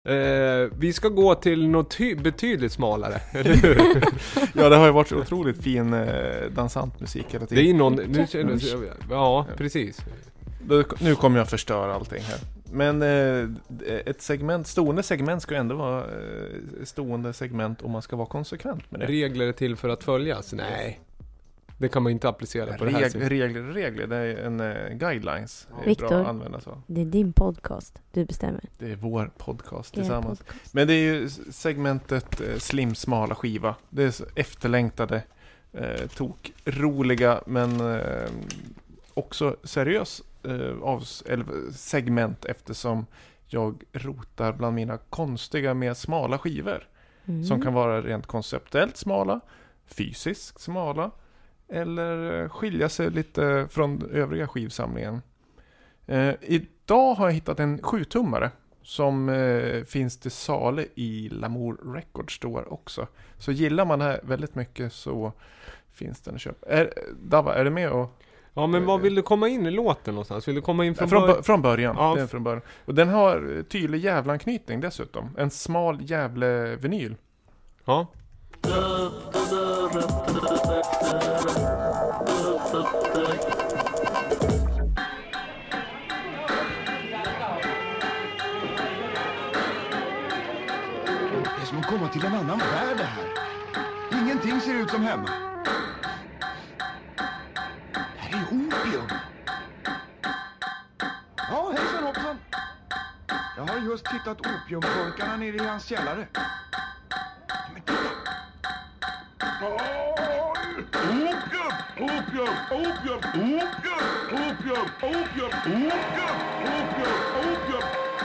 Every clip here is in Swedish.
Vi ska gå till något betydligt smalare, eller hur? Ja, det har ju varit så otroligt fin dansant musik hela tiden. Det är någon, nu känner jag, ja, precis. Nu kommer jag förstöra allting här. Men ett stående segment ska ju ändå vara stående segment om man ska vara konsekvent med det. Regler är till för att följas? Nej. Det kan man inte applicera på det här sättet. Regler, det är en guidelines. Det är Victor, bra att använda så. Det är din podcast, du bestämmer. Det är vår podcast tillsammans. Men det är ju segmentet slim smala skiva. Det är så efterlängtade, roliga men också seriös segment, eftersom jag rotar bland mina konstiga mer smala skivor. Som kan vara rent konceptuellt smala, fysiskt smala, eller skilja sig lite från övriga skivsamlingen. Idag har jag hittat en 7-tummare som finns till salu i Lamour Record Store också. Så gillar man det här väldigt mycket så finns den att köpa. Dava, är det med och... Ja, men vad vill du komma in i låten någonstans? Vill du komma in från början? Ja. Det är från början. Och den har tydlig jävlanknytning dessutom. En smal jävle vinyl. Ja. Det är som att komma till en annan värld det här. Ingenting ser ut som hemma. Det här är opium. Ja, hejsan hoppsan. Jag har just hittat opiumburkarna nere i hans källare. Men titta. Opium! Opium! Opium! Opium! Opium! Opium! Opium! Opium! Opium!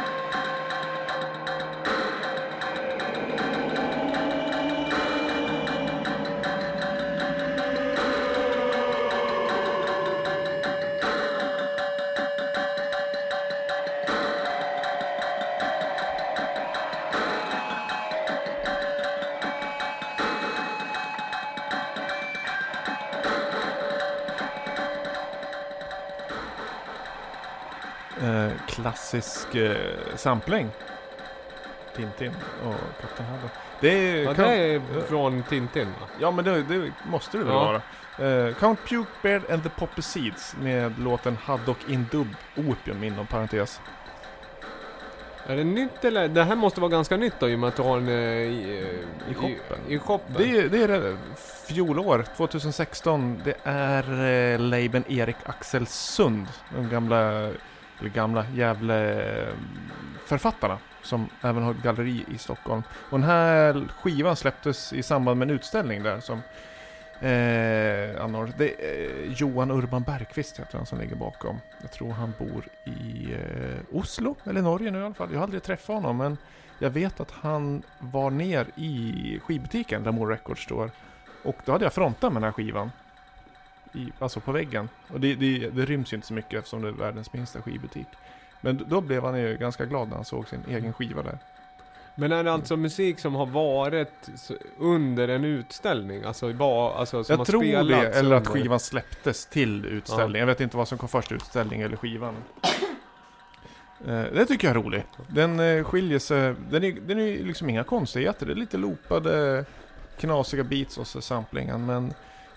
Klassisk sampling. Tintin och Kapten Haddock. Det är från Tintin, va? Ja, men det måste det väl vara. Count Pukebeard and the Poppy Seeds med låten Haddock in Dub Opium inom parentes. Är det nytt eller? Det här måste vara ganska nytt då, i och med att du har en i shoppen. I shoppen. Det är det. Fjolår, 2016. Det är Leiben Erik Axel Sund. De gamla jävla författarna som även har ett galleri i Stockholm. Och den här skivan släpptes i samband med en utställning där som det är Johan Urban Bergqvist heter han som ligger bakom. Jag tror han bor i Oslo eller Norge nu i alla fall. Jag har aldrig träffat honom, men jag vet att han var ner i skivbutiken där Lamour Records står. Och då hade jag frontat med den här skivan. Alltså på väggen. Och det ryms ju inte så mycket eftersom det är världens minsta skivbutik. Men då blev han ju ganska glad när han såg sin egen skiva där. Men är det alltså musik som har varit under en utställning? Alltså som jag har tror spelats det, eller under... att skivan släpptes till utställning. Ja. Jag vet inte vad som kom först, utställning eller skivan. Det tycker jag är roligt. Den skiljer sig. Den är liksom inga konstigheter. Det är lite loopade, knasiga beats och så samplingen. Men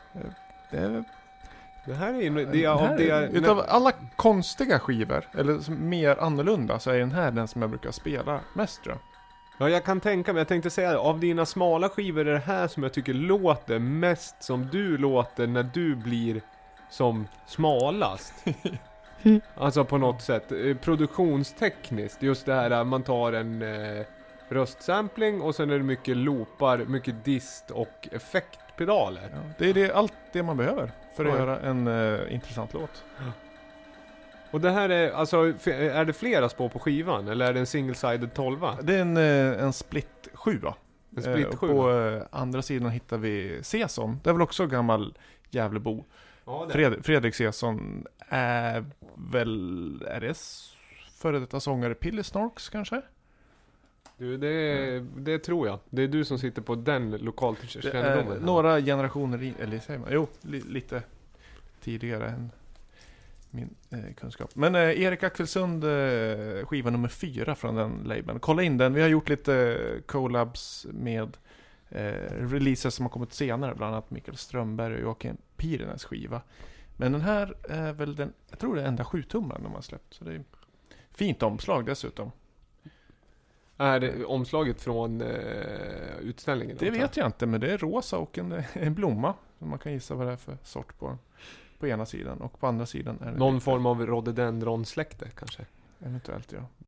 det här är utav alla konstiga skivor, eller mer annorlunda, så är den här den som jag brukar spela mest, tror jag. Ja, jag kan tänka mig. Jag tänkte säga, av dina smala skivor är det här som jag tycker låter mest som du låter när du blir som smalast. Alltså på något sätt. Produktionstekniskt. Just det här, man tar en röstsampling och sen är det mycket loopar, mycket dist och effektpedaler. Ja, det är allt det man behöver för att göra en intressant låt. Och det här är, alltså, är det flera spår på skivan? Eller är det en single-sided 12? Det är en split 7. En split 7. På andra sidan hittar vi Cesson. Det är väl också gammal Gävlebo. Ja, Fredrik Cesson är väl före detta sångare Pille Snorks kanske? Du, det tror jag. Det är du som sitter på den lokalkännedomen. Några generationer eller säger man? Jo, lite tidigare än min kunskap. Men Erik Axelsund, skiva nummer 4 från den labeln. Kolla in den. Vi har gjort lite collabs med releaser som har kommit senare. Bland annat Mikael Strömberg och Joakim Pirenäs skiva. Men den här är väl den, jag tror det är enda 7-tummaren de har släppt. Så det är fint omslag dessutom. Är det omslaget från utställningen? Det vet jag inte, men det är rosa och en blomma. Man kan gissa vad det är för sort på ena sidan. Och på andra sidan är det någon form av rhododendron-släkte kanske? Eventuellt, ja.